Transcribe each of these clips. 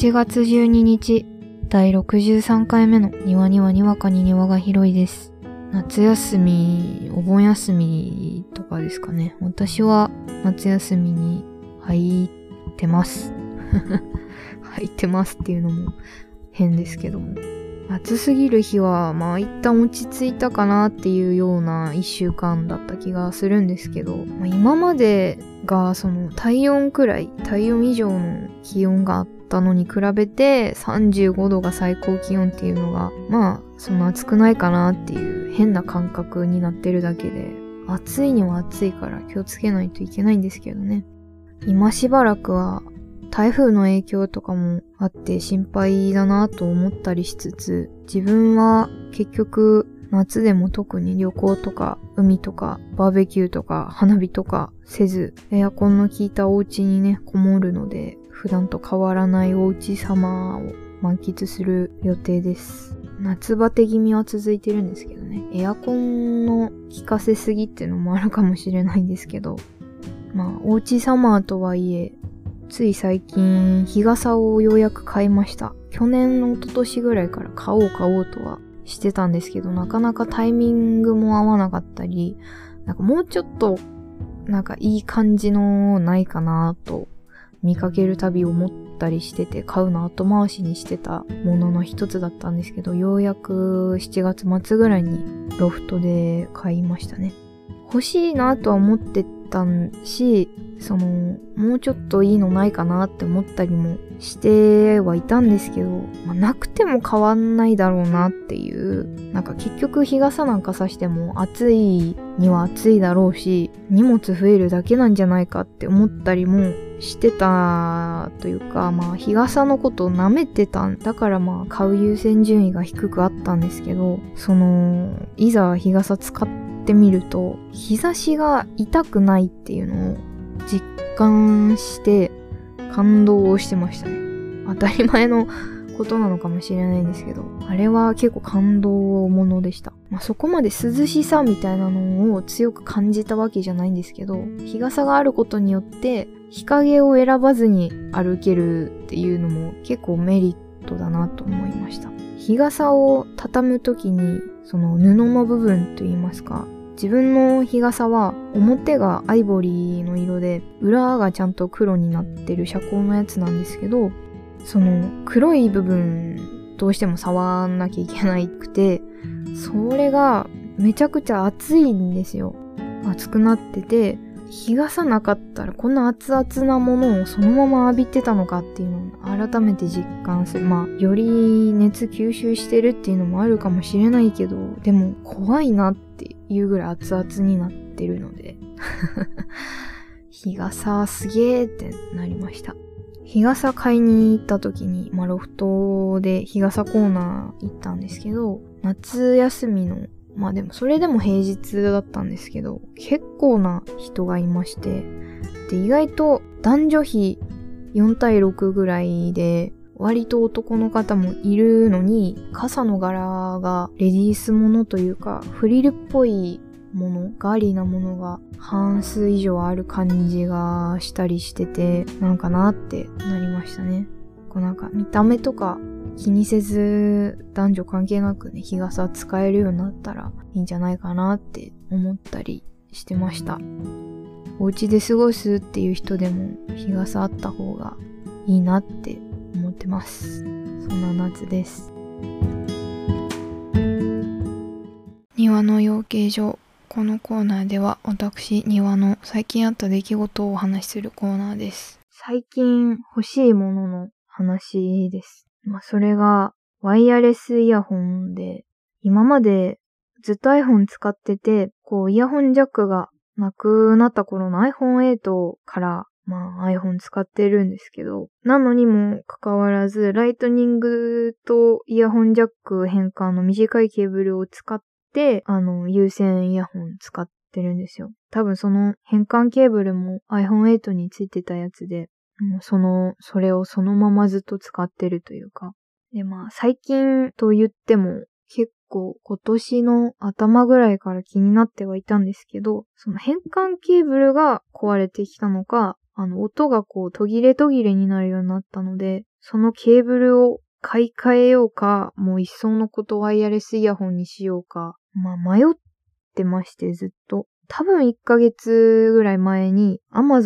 7月12日、第63回目の庭にはにわかに庭が広いです。夏休み、お盆休みとかですかね。私は夏休みに入ってます。入ってますっていうのも変ですけども。暑すぎる日は、一旦落ち着いたかなっていうような一週間だった気がするんですけど、今までがその体温以上の気温があったのに比べて35度が最高気温っていうのが、そんな暑くないかなっていう変な感覚になってるだけで、暑いには暑いから気をつけないといけないんですけどね。今しばらくは台風の影響とかもあって心配だなと思ったりしつつ、自分は結局夏でも特に旅行とか海とかバーベキューとか花火とかせず、エアコンの効いたお家にね、こもるので、普段と変わらないおうち様を満喫する予定です。夏バテ気味は続いてるんですけどね。エアコンの効かせすぎっていうのもあるかもしれないんですけど、おうちサマーとはいえ、つい最近日傘をようやく買いました。去年の一昨年ぐらいから買おうとはしてたんですけど、なかなかタイミングも合わなかったり、もうちょっといい感じのないかなと見かけるたび思ったりしてて、買うの後回しにしてたものの一つだったんですけど、ようやく7月末ぐらいにロフトで買いましたね。欲しいなとは思ってたし、もうちょっといいのないかなって思ったりもしてはいたんですけど、なくても変わんないだろうなっていう、結局日傘なんかさしても暑いには暑いだろうし、荷物増えるだけなんじゃないかって思ったりもしてたというか、日傘のことを舐めてたんだから買う優先順位が低くあったんですけど、いざ日傘使ってみると、日差しが痛くないっていうのを実感して感動をしてましたね。当たり前のことなのかもしれないんですけど、あれは結構感動ものでした。そこまで涼しさみたいなのを強く感じたわけじゃないんですけど、日傘があることによって日陰を選ばずに歩けるっていうのも結構メリットだなと思いました。日傘を畳むときに布の部分といいますか、自分の日傘は表がアイボリーの色で裏がちゃんと黒になってる遮光のやつなんですけど、黒い部分どうしても触んなきゃいけなくて、それがめちゃくちゃ熱いんですよ。熱くなってて、日傘なかったらこんな熱々なものをそのまま浴びてたのかっていうのを改めて実感する。より熱吸収してるっていうのもあるかもしれないけど、でも怖いなっていうぐらい熱々になってるので日傘すげーってなりました。日傘買いに行った時に、ロフトで日傘コーナー行ったんですけど、夏休みのでもそれでも平日だったんですけど、結構な人がいまして、で意外と男女比4対6ぐらいで割と男の方もいるのに、傘の柄がレディースものというかフリルっぽいもの、ガーリーなものが半数以上ある感じがしたりしてて、なんかなってなりましたね。見た目とか気にせず男女関係なくね、日傘使えるようになったらいいんじゃないかなって思ったりしてました。お家で過ごすっていう人でも日傘あった方がいいなって思ってます。そんな夏です。庭の養鶏場。このコーナーでは私庭の最近あった出来事をお話しするコーナーです。最近欲しいものの話です。それがワイヤレスイヤホンで、今までずっと iPhone 使ってて、イヤホンジャックがなくなった頃の iPhone8 からiPhone 使ってるんですけど、なのにもかかわらずライトニングとイヤホンジャック変換の短いケーブルを使って有線イヤホン使ってるんですよ。多分その変換ケーブルも iPhone8 についてたやつで、それをそのままずっと使ってるというか。で、最近と言っても結構今年の頭ぐらいから気になってはいたんですけど、その変換ケーブルが壊れてきたのか、音が途切れ途切れになるようになったので、 そのケーブルを買い替えようか、もう一層のことワイヤレスイヤホンにしようか、迷ってましてずっと。多分1ヶ月ぐらい前に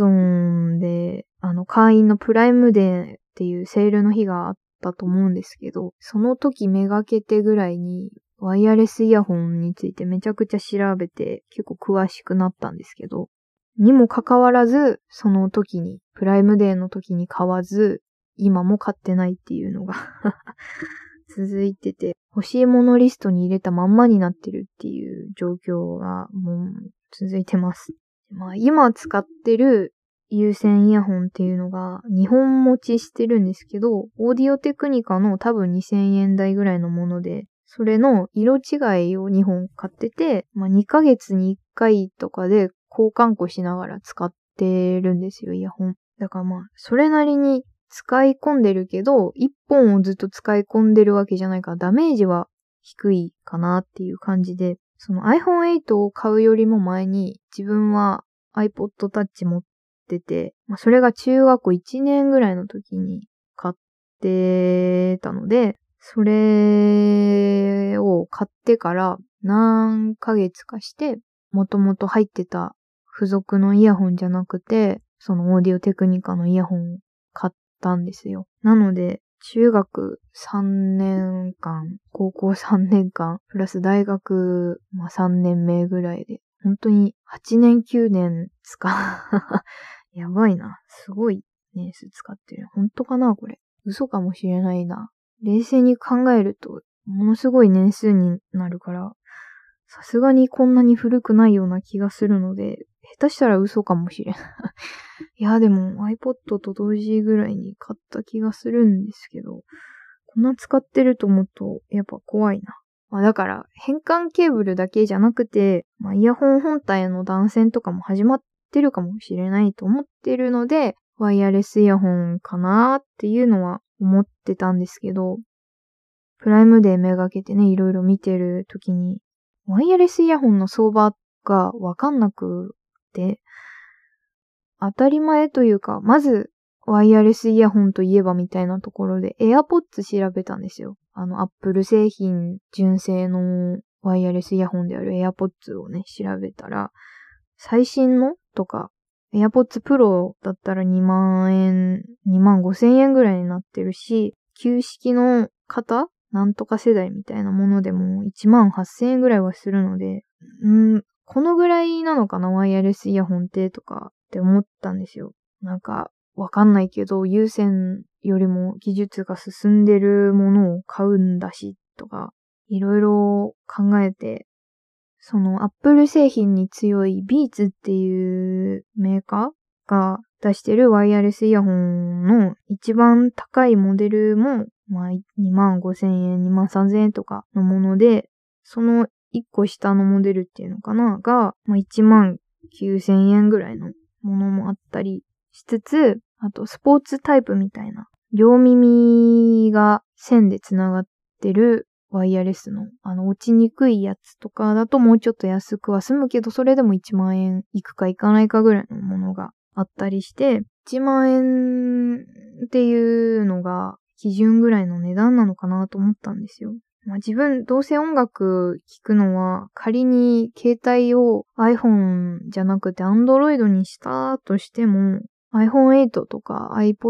Amazon で会員のプライムデーっていうセールの日があったと思うんですけど、その時めがけてぐらいにワイヤレスイヤホンについてめちゃくちゃ調べて結構詳しくなったんですけど、にもかかわらずその時にプライムデーの時に買わず今も買ってないっていうのが続いてて、欲しいものリストに入れたまんまになってるっていう状況がもう続いてます。今使ってる有線イヤホンっていうのが2本持ちしてるんですけど、オーディオテクニカの多分2000円台ぐらいのもので、それの色違いを2本買ってて、2ヶ月に1回とかで交換庫しながら使ってるんですよ、イヤホン。だからそれなりに使い込んでるけど、1本をずっと使い込んでるわけじゃないからダメージは低いかなっていう感じで、その iPhone 8を買うよりも前に自分は iPod Touch 持ってて、それが中学校1年ぐらいの時に買ってたので、それを買ってから何ヶ月かして、もともと入ってた付属のイヤホンじゃなくて、そのオーディオテクニカのイヤホンを買ったんですよ。なので、中学3年間、高校3年間、プラス大学、3年目ぐらいで、本当に8年9年やばいな。すごい年数使ってる。本当かなこれ。嘘かもしれないな。冷静に考えると、ものすごい年数になるから、さすがにこんなに古くないような気がするので、下手したら嘘かもしれない。いや、でも iPod と同時ぐらいに買った気がするんですけど、こんな使ってると思うと、やっぱ怖いな。だから、変換ケーブルだけじゃなくて、イヤホン本体の断線とかも始まってるかもしれないと思ってるので、ワイヤレスイヤホンかなっていうのは思ってたんですけど、プライムデーめがけてね、いろいろ見てるときに、ワイヤレスイヤホンの相場がわかんなくて、当たり前というか、まず、ワイヤレスイヤホンといえばみたいなところで、AirPods 調べたんですよ。Apple 製品純正のワイヤレスイヤホンである AirPods をね、調べたら、最新のとか、AirPods Pro だったら2万円、2万5千円ぐらいになってるし、旧式の型なんとか世代みたいなものでも1万8千円ぐらいはするので、このぐらいなのかな、ワイヤレスイヤホンってとかって思ったんですよ。なんか、わかんないけど、有線よりも技術が進んでるものを買うんだし、とか、いろいろ考えて、その Apple 製品に強い Beats っていうメーカーが出してるワイヤレスイヤホンの一番高いモデルも、2万5千円、2万3千円とかのもので、その1個下のモデルっていうのかなが、1万9千円ぐらいのものもあったりしつつ、あとスポーツタイプみたいな、両耳が線でつながってるワイヤレスの、落ちにくいやつとかだともうちょっと安くは済むけど、それでも1万円いくかいかないかぐらいのものがあったりして、1万円っていうのが基準ぐらいの値段なのかなと思ったんですよ。自分、どうせ音楽聴くのは、仮に携帯を iPhone じゃなくて Android にしたとしても、iPhone 8とか iPod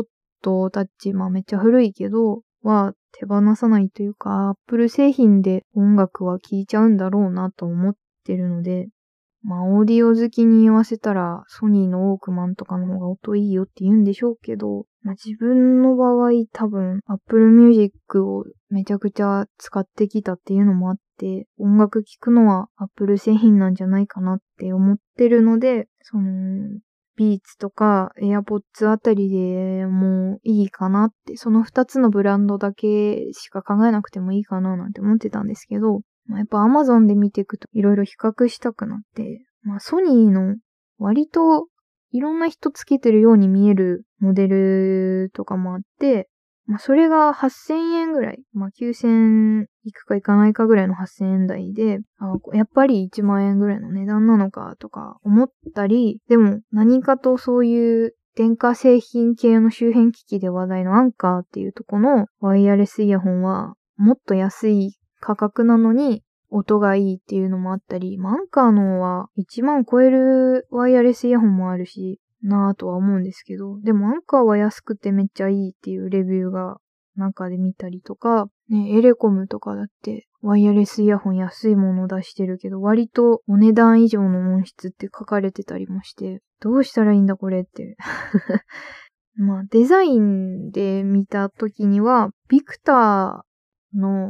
Touch、めっちゃ古いけど、は手放さないというか、Apple 製品で音楽は聴いちゃうんだろうなと思ってるので、オーディオ好きに言わせたら、ソニーのウォークマンとかの方が音いいよって言うんでしょうけど、自分の場合多分 Apple Music をめちゃくちゃ使ってきたっていうのもあって、音楽聴くのは Apple 製品なんじゃないかなって思ってるので、ビーツとか AirPods あたりでもういいかなって、その2つのブランドだけしか考えなくてもいいかななんて思ってたんですけど、やっぱ Amazon で見ていくといろいろ比較したくなって、ソニーの割といろんな人つけてるように見えるモデルとかもあって、それが8000円ぐらい、9000いくかいかないかぐらいの8000円台で、やっぱり1万円ぐらいの値段なのかとか思ったり、でも何かとそういう電化製品系の周辺機器で話題のアンカーっていうとこのワイヤレスイヤホンはもっと安い価格なのに音がいいっていうのもあったり、アンカーのは1万超えるワイヤレスイヤホンもあるしなぁとは思うんですけど、でもアンカーは安くてめっちゃいいっていうレビューが中で見たりとか、ね、エレコムとかだってワイヤレスイヤホン安いもの出してるけど、割とお値段以上の音質って書かれてたりもして、どうしたらいいんだこれって。デザインで見たときには、ビクターの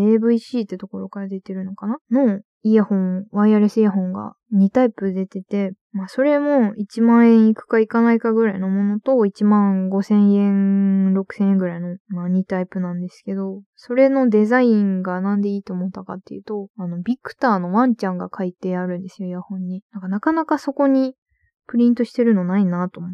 JVC ってところから出てるのかなのイヤホン、ワイヤレスイヤホンが2タイプ出てて、それも1万円いくかいかないかぐらいのものと1万5千円、6千円ぐらいの、2タイプなんですけど、それのデザインがなんでいいと思ったかっていうと、ビクターのワンちゃんが書いてあるんですよ、イヤホンに。なかなかそこにプリントしてるのないなと思って、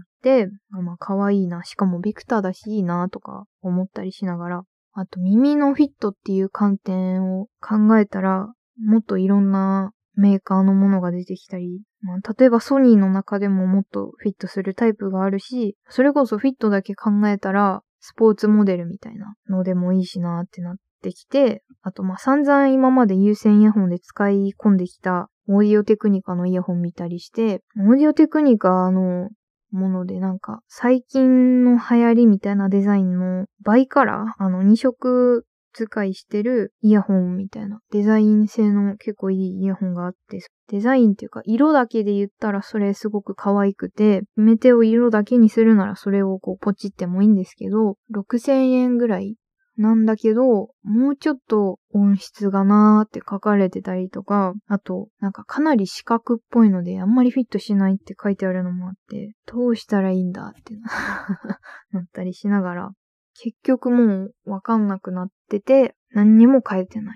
可愛いな、しかもビクターだしいいなとか思ったりしながら、あと耳のフィットっていう観点を考えたら、もっといろんなメーカーのものが出てきたり、例えばソニーの中でももっとフィットするタイプがあるし、それこそフィットだけ考えたら、スポーツモデルみたいなのでもいいしなってなってきて、あと散々今まで有線イヤホンで使い込んできたオーディオテクニカのイヤホン見たりして、オーディオテクニカのもので最近の流行りみたいなデザインのバイカラー2色使いしてるイヤホンみたいなデザイン性の結構いいイヤホンがあって、デザインっていうか色だけで言ったらそれすごく可愛くて、決め手を色だけにするならそれをポチってもいいんですけど、6000円ぐらいなんだけど、もうちょっと音質がなーって書かれてたりとか、あと、かなり四角っぽいので、あんまりフィットしないって書いてあるのもあって、どうしたらいいんだってなったりしながら、結局もうわかんなくなってて、何にも変えてない。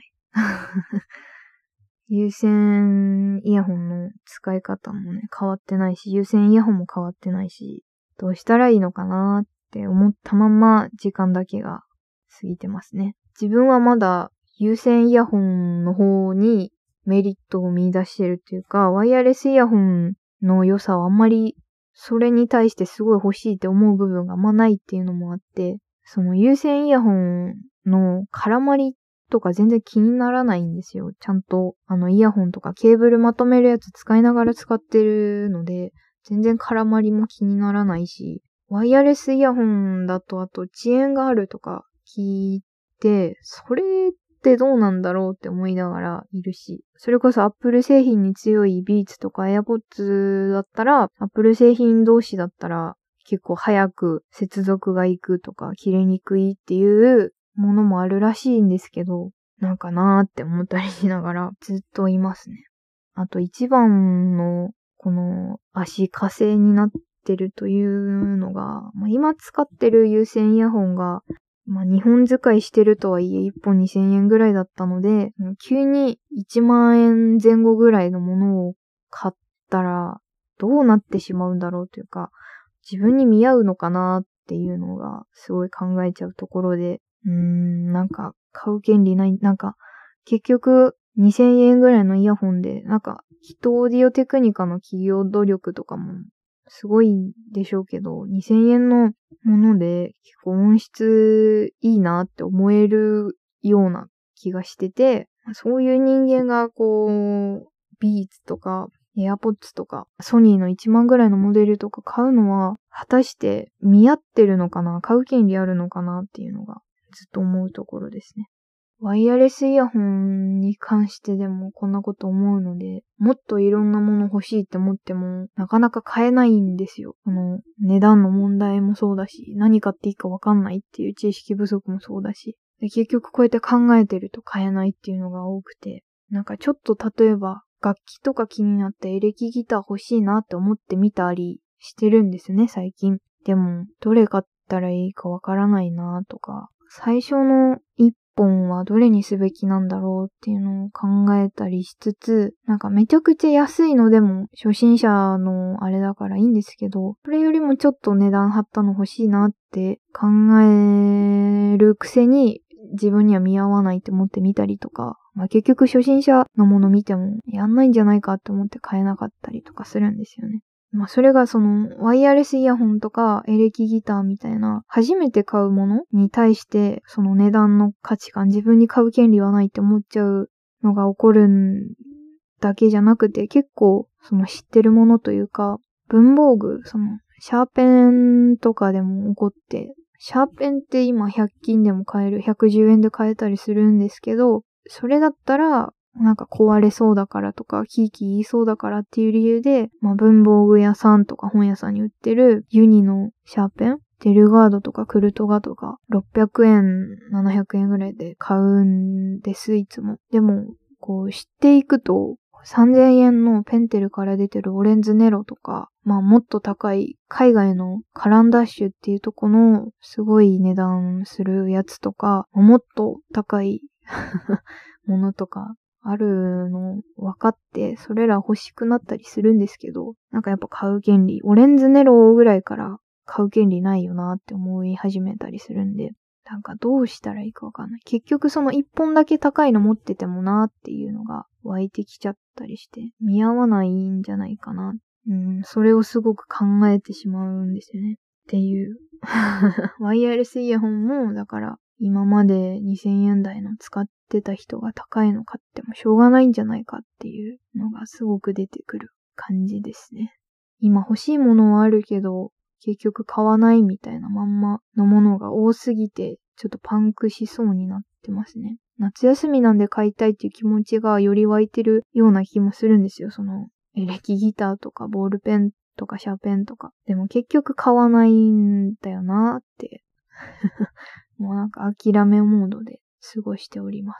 有線イヤホンの使い方もね、変わってないし、有線イヤホンも変わってないし、どうしたらいいのかなーって思ったまま時間だけが過ぎてますね。自分はまだ有線イヤホンの方にメリットを見出してるっていうか、ワイヤレスイヤホンの良さはあんまりそれに対してすごい欲しいって思う部分があんまないっていうのもあって、その有線イヤホンの絡まりとか全然気にならないんですよ。ちゃんとイヤホンとかケーブルまとめるやつ使いながら使ってるので、全然絡まりも気にならないし、ワイヤレスイヤホンだとあと遅延があるとか聞いて、それってどうなんだろうって思いながらいるし、それこそ Apple 製品に強い Beats とか AirPods だったら、Apple 製品同士だったら結構早く接続がいくとか切れにくいっていうものもあるらしいんですけど、なーって思ったりしながらずっといますね。あと一番のこの足かせになってるというのが、今使ってる有線イヤホンが日本使いしてるとはいえ1本2000円ぐらいだったので、急に1万円前後ぐらいのものを買ったらどうなってしまうんだろうというか、自分に見合うのかなっていうのがすごい考えちゃうところで、買う権利ない、結局2000円ぐらいのイヤホンで、きっとオーディオテクニカの企業努力とかもすごいんでしょうけど、2000円のもので結構音質いいなって思えるような気がしてて、そういう人間がビーツとかAirPods とかソニーの1万ぐらいのモデルとか買うのは果たして見合ってるのかな、買う権利あるのかなっていうのがずっと思うところですね。ワイヤレスイヤホンに関してでもこんなこと思うので、もっといろんなもの欲しいって思ってもなかなか買えないんですよ。値段の問題もそうだし、何買っていいかわかんないっていう知識不足もそうだし、で結局こうやって考えてると買えないっていうのが多くて、ちょっと例えば楽器とか気になってエレキギター欲しいなって思ってみたりしてるんですね、最近。でも、どれ買ったらいいかわからないなとか、最初の一本はどれにすべきなんだろうっていうのを考えたりしつつ、めちゃくちゃ安いのでも初心者のあれだからいいんですけど、それよりもちょっと値段張ったの欲しいなって考えるくせに自分には見合わないって思ってみたりとか、結局初心者のもの見てもやんないんじゃないかって思って買えなかったりとかするんですよね。 それがワイヤレスイヤホンとかエレキギターみたいな、初めて買うものに対して、その値段の価値観、自分に買う権利はないって思っちゃうのが起こるんだけじゃなくて、結構、知ってるものというか、文房具、シャーペンとかでも起こって、シャーペンって今100均でも買える、110円で買えたりするんですけど、それだったら、なんか壊れそうだからとか、キーキー言いそうだからっていう理由で、文房具屋さんとか本屋さんに売ってるユニのシャーペン、デルガードとかクルトガとか、600円、700円ぐらいで買うんです、いつも。でも、知っていくと、3000円のペンテルから出てるオレンズネロとか、もっと高い海外のカランダッシュっていうとこのすごい値段するやつとか、もっと高いものとかあるの分かって、それら欲しくなったりするんですけど、なんかやっぱ買う権利、オレンズネロぐらいから買う権利ないよなって思い始めたりするんで、なんかどうしたらいいかわかんない。結局一本だけ高いの持っててもなっていうのが湧いてきちゃったりして、見合わないんじゃないかな。それをすごく考えてしまうんですよね。っていう。ワイヤレスイヤホンも、だから今まで2000円台の使ってた人が高いの買ってもしょうがないんじゃないかっていうのがすごく出てくる感じですね。今欲しいものはあるけど、結局買わないみたいなまんまのものが多すぎて、ちょっとパンクしそうになってますね。夏休みなんで買いたいっていう気持ちがより湧いてるような気もするんですよ。エレキギターとかボールペンとかシャーペンとか。でも結局買わないんだよなーって。もうなんか諦めモードで過ごしております。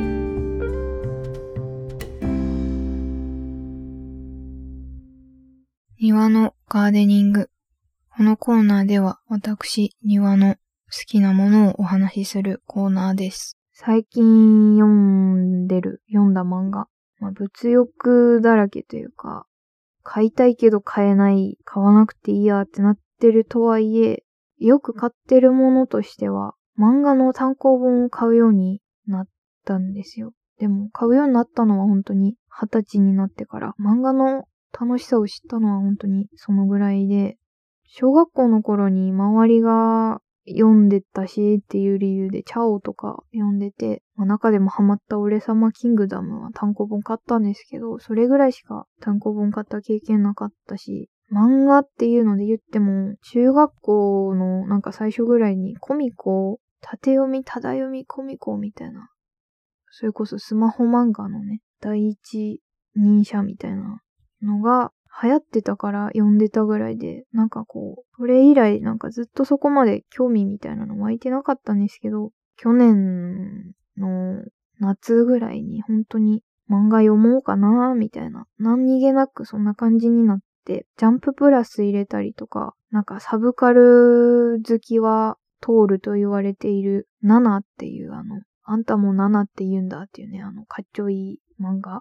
庭のガーデニング。このコーナーでは私、庭の好きなものをお話しするコーナーです。最近読んだ漫画。物欲だらけというか、買いたいけど買えない、買わなくていいやってなってるとはいえ、よく買ってるものとしては、漫画の単行本を買うようになったんですよ。でも、買うようになったのは本当に20歳になってから、漫画の楽しさを知ったのは本当にそのぐらいで、小学校の頃に周りが読んでたしっていう理由でチャオとか読んでて、中でもハマった俺様キングダムは単行本買ったんですけど、それぐらいしか単行本買った経験なかったし、漫画っていうので言っても、中学校のなんか最初ぐらいにコミコ、縦読み、ただ読み、コミコみたいな、それこそスマホ漫画のね、第一人者みたいなのが流行ってたから読んでたぐらいで、なんかそれ以来なんかずっとそこまで興味みたいなの湧いてなかったんですけど、去年の夏ぐらいに本当に漫画読もうかなみたいな、何気なくそんな感じになって、ジャンププラス入れたりとか、なんかサブカル好きは通ると言われているナナっていうあんたもナナって言うんだっていうね、かっちょいい漫画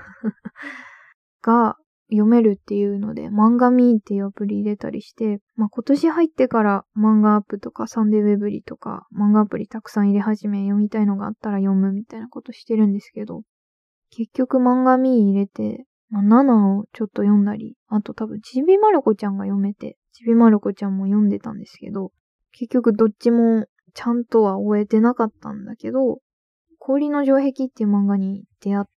が読めるっていうので、漫画ミーっていうアプリ入れたりして、今年入ってから漫画アップとかサンデーウェブリとか漫画アプリたくさん入れ始め、読みたいのがあったら読むみたいなことしてるんですけど、結局漫画ミー入れて、7をちょっと読んだり、あと多分ちびまる子ちゃんが読めて、ちびまる子ちゃんも読んでたんですけど、結局どっちもちゃんとは終えてなかったんだけど、氷の城壁っていう漫画に出会って、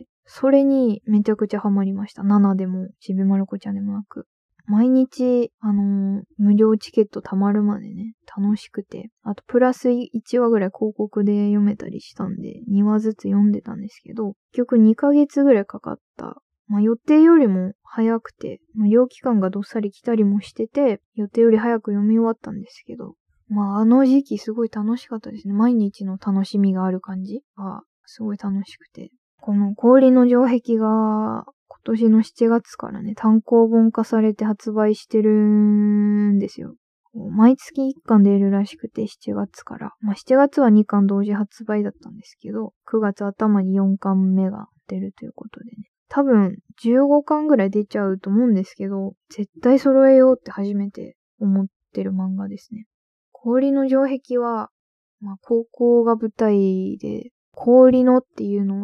それにめちゃくちゃハマりました。7でも、ちびまる子ちゃんでもなく。毎日、無料チケット貯まるまでね、楽しくて。あと、プラス1話ぐらい広告で読めたりしたんで、2話ずつ読んでたんですけど、結局2ヶ月ぐらいかかった。予定よりも早くて、無料期間がどっさり来たりもしてて、予定より早く読み終わったんですけど、あの時期すごい楽しかったですね。毎日の楽しみがある感じがすごい楽しくて。この氷の城壁が今年の7月からね、単行本化されて発売してるんですよ。毎月1巻出るらしくて7月から。7月は2巻同時発売だったんですけど、9月頭に4巻目が出るということでね。多分15巻ぐらい出ちゃうと思うんですけど、絶対揃えようって初めて思ってる漫画ですね。氷の城壁は、高校が舞台で、氷のっていうのは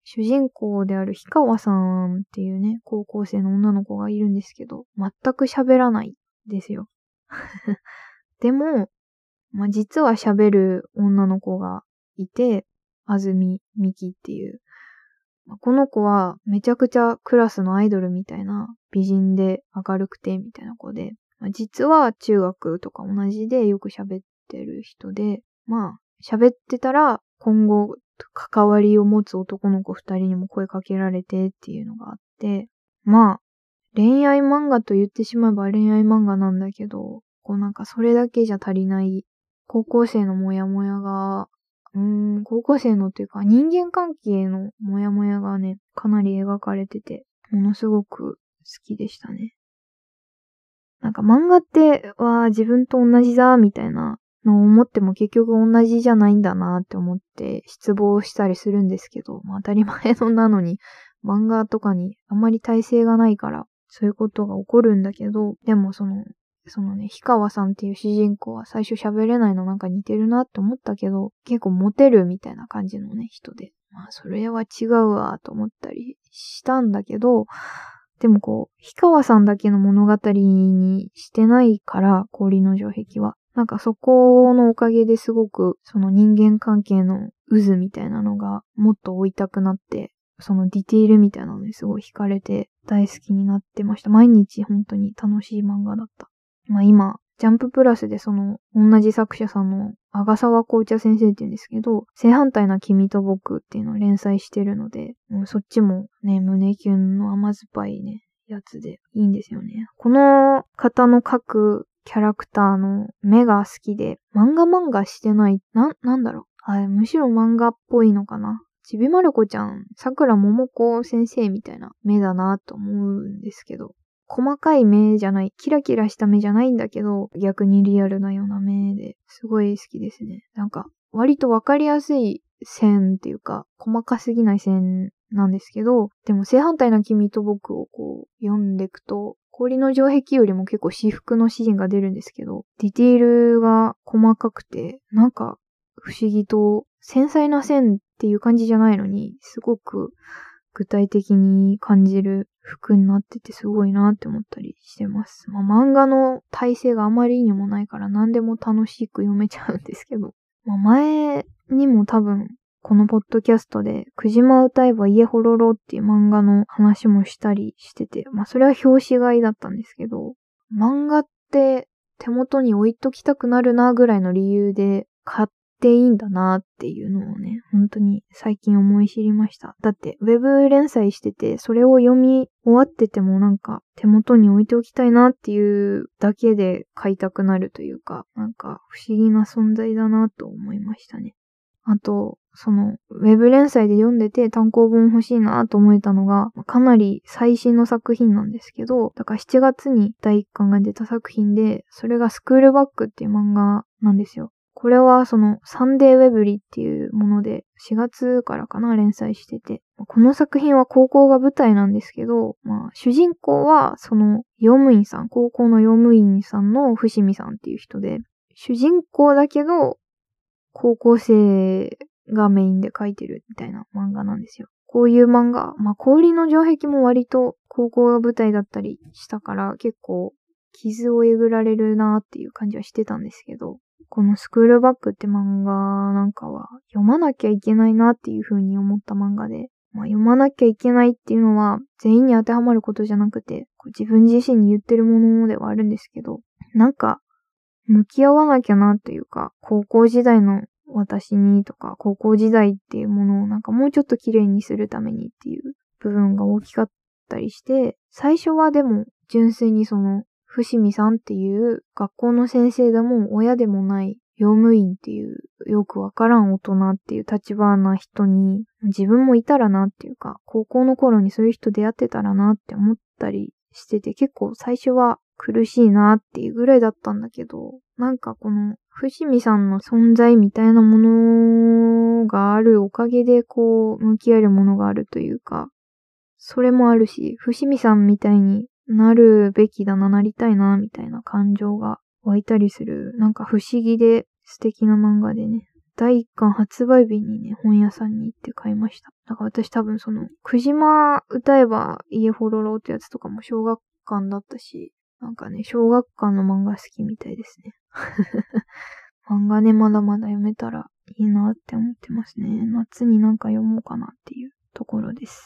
主人公である氷川さんっていうね、高校生の女の子がいるんですけど、全く喋らないんですよ。でも、実は喋る女の子がいて、安住美希っていう。この子はめちゃくちゃクラスのアイドルみたいな美人で明るくてみたいな子で、実は中学とか同じでよく喋ってる人で、喋ってたら今後関わりを持つ男の子2人にも声かけられてっていうのがあって、恋愛漫画と言ってしまえば恋愛漫画なんだけど、それだけじゃ足りない高校生のモヤモヤが、高校生のっていうか人間関係のモヤモヤがね、かなり描かれてて、ものすごく好きでしたね。漫画って自分と同じだみたいなのを思っても結局同じじゃないんだなって思って失望したりするんですけど、当たり前のなのに漫画とかにあんまり耐性がないからそういうことが起こるんだけど、でもそのね、氷川さんっていう主人公は最初喋れないの似てるなって思ったけど、結構モテるみたいな感じのね、人で。それは違うわと思ったりしたんだけど、でも氷川さんだけの物語にしてないから、氷の城壁は。そこのおかげですごく、その人間関係の渦みたいなのがもっと追いたくなって、そのディティールみたいなのにすごい惹かれて大好きになってました。毎日本当に楽しい漫画だった。今、ジャンププラスで同じ作者さんの阿賀沢紅茶先生って言うんですけど、正反対な君と僕っていうのを連載してるので、そっちもね、胸キュンの甘酸っぱいね、やつでいいんですよね。この方の描くキャラクターの目が好きで、漫画してない、なんだろう。むしろ漫画っぽいのかな。ちびまる子ちゃん、桜桃子先生みたいな目だなと思うんですけど、細かい目じゃない、キラキラした目じゃないんだけど、逆にリアルなような目ですごい好きですね。割とわかりやすい線っていうか、細かすぎない線なんですけど、でも正反対な君と僕を読んでいくと、氷の城壁よりも結構私服のシーンが出るんですけど、ディティールが細かくて、不思議と繊細な線っていう感じじゃないのに、すごく具体的に感じる服になっててすごいなって思ったりしてます。漫画の体制があまりにもないから何でも楽しく読めちゃうんですけど。前にも多分このポッドキャストでくじま歌えば家ほろろっていう漫画の話もしたりしてて、それは表紙買いだったんですけど、漫画って手元に置いときたくなるなぐらいの理由で買っていいんだなっていうのをね、本当に最近思い知りました。だってウェブ連載してて、それを読み終わってても手元に置いておきたいなっていうだけで買いたくなるというか、不思議な存在だなと思いましたね。あと、ウェブ連載で読んでて単行本欲しいなと思えたのが、かなり最新の作品なんですけど、だから7月に第1巻が出た作品で、それがスクールバックっていう漫画なんですよ。これはサンデーウェブリっていうもので、4月からかな連載してて、この作品は高校が舞台なんですけど、主人公は用務員さん、高校の用務員さんの伏見さんっていう人で、主人公だけど、高校生がメインで描いてるみたいな漫画なんですよ。こういう漫画、氷の城壁も割と高校が舞台だったりしたから結構傷をえぐられるなっていう感じはしてたんですけど、このスクールバックって漫画は読まなきゃいけないなっていう風に思った漫画で、読まなきゃいけないっていうのは全員に当てはまることじゃなくて、自分自身に言ってるものではあるんですけど、向き合わなきゃなというか、高校時代の私にとか、高校時代っていうものをもうちょっと綺麗にするためにっていう部分が大きかったりして、最初はでも純粋に伏見さんっていう学校の先生でも親でもない用務員っていうよくわからん大人っていう立場な人に自分もいたらなっていうか、高校の頃にそういう人出会ってたらなって思ったりしてて、結構最初は苦しいなっていうぐらいだったんだけど、この伏見さんの存在みたいなものがあるおかげで向き合えるものがあるというか、それもあるし、伏見さんみたいになるべきだな、なりたいなみたいな感情が湧いたりする、不思議で素敵な漫画でね、 第1巻発売日にね、本屋さんに行って買いました。だから私多分くじま歌えば家ほろろってやつとかも小学館だったし、なんかね、小学館の漫画好きみたいですね。漫画ね、まだまだ読めたらいいなって思ってますね。夏になんか読もうかなっていうところです。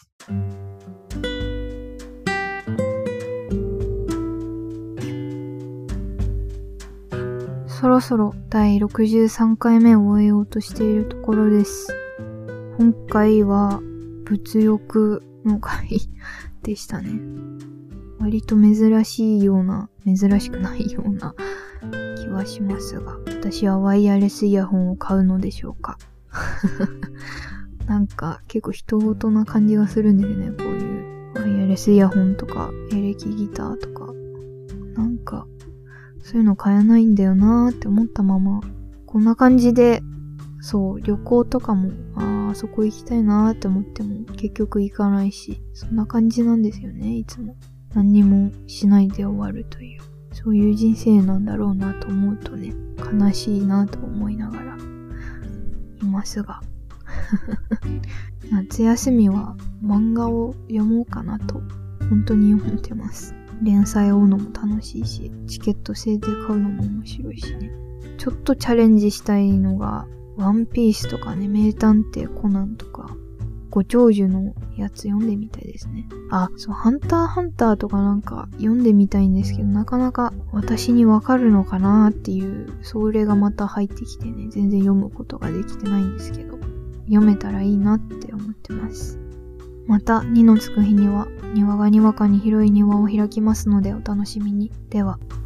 そろそろ第63回目を終えようとしているところです。今回は物欲の回でしたね。割と珍しいような、珍しくないような気はしますが、私はワイヤレスイヤホンを買うのでしょうか。なんか結構人事な感じがするんですね、こういうワイヤレスイヤホンとかエレキギターとか。なんかそういうの買えないんだよなーって思ったまま、こんな感じで、旅行とかも、あそこ行きたいなーって思っても結局行かないし、そんな感じなんですよね、いつも。何にもしないで終わるという、そういう人生なんだろうなと思うとね、悲しいなと思いながらいますが。夏休みは漫画を読もうかなと、本当に思ってます。連載を追うのも楽しいし、チケット制で買うのも面白いしね。ちょっとチャレンジしたいのが、ワンピースとかね、名探偵コナンとか、ご長寿のやつ読んでみたいですね。ハンターハンターとかなんか読んでみたいんですけど、なかなか私にわかるのかなっていう、それがまた入ってきてね、全然読むことができてないんですけど、読めたらいいなって思ってます。また2のつく日には庭がにわかに広い庭を開きますのでお楽しみに。では。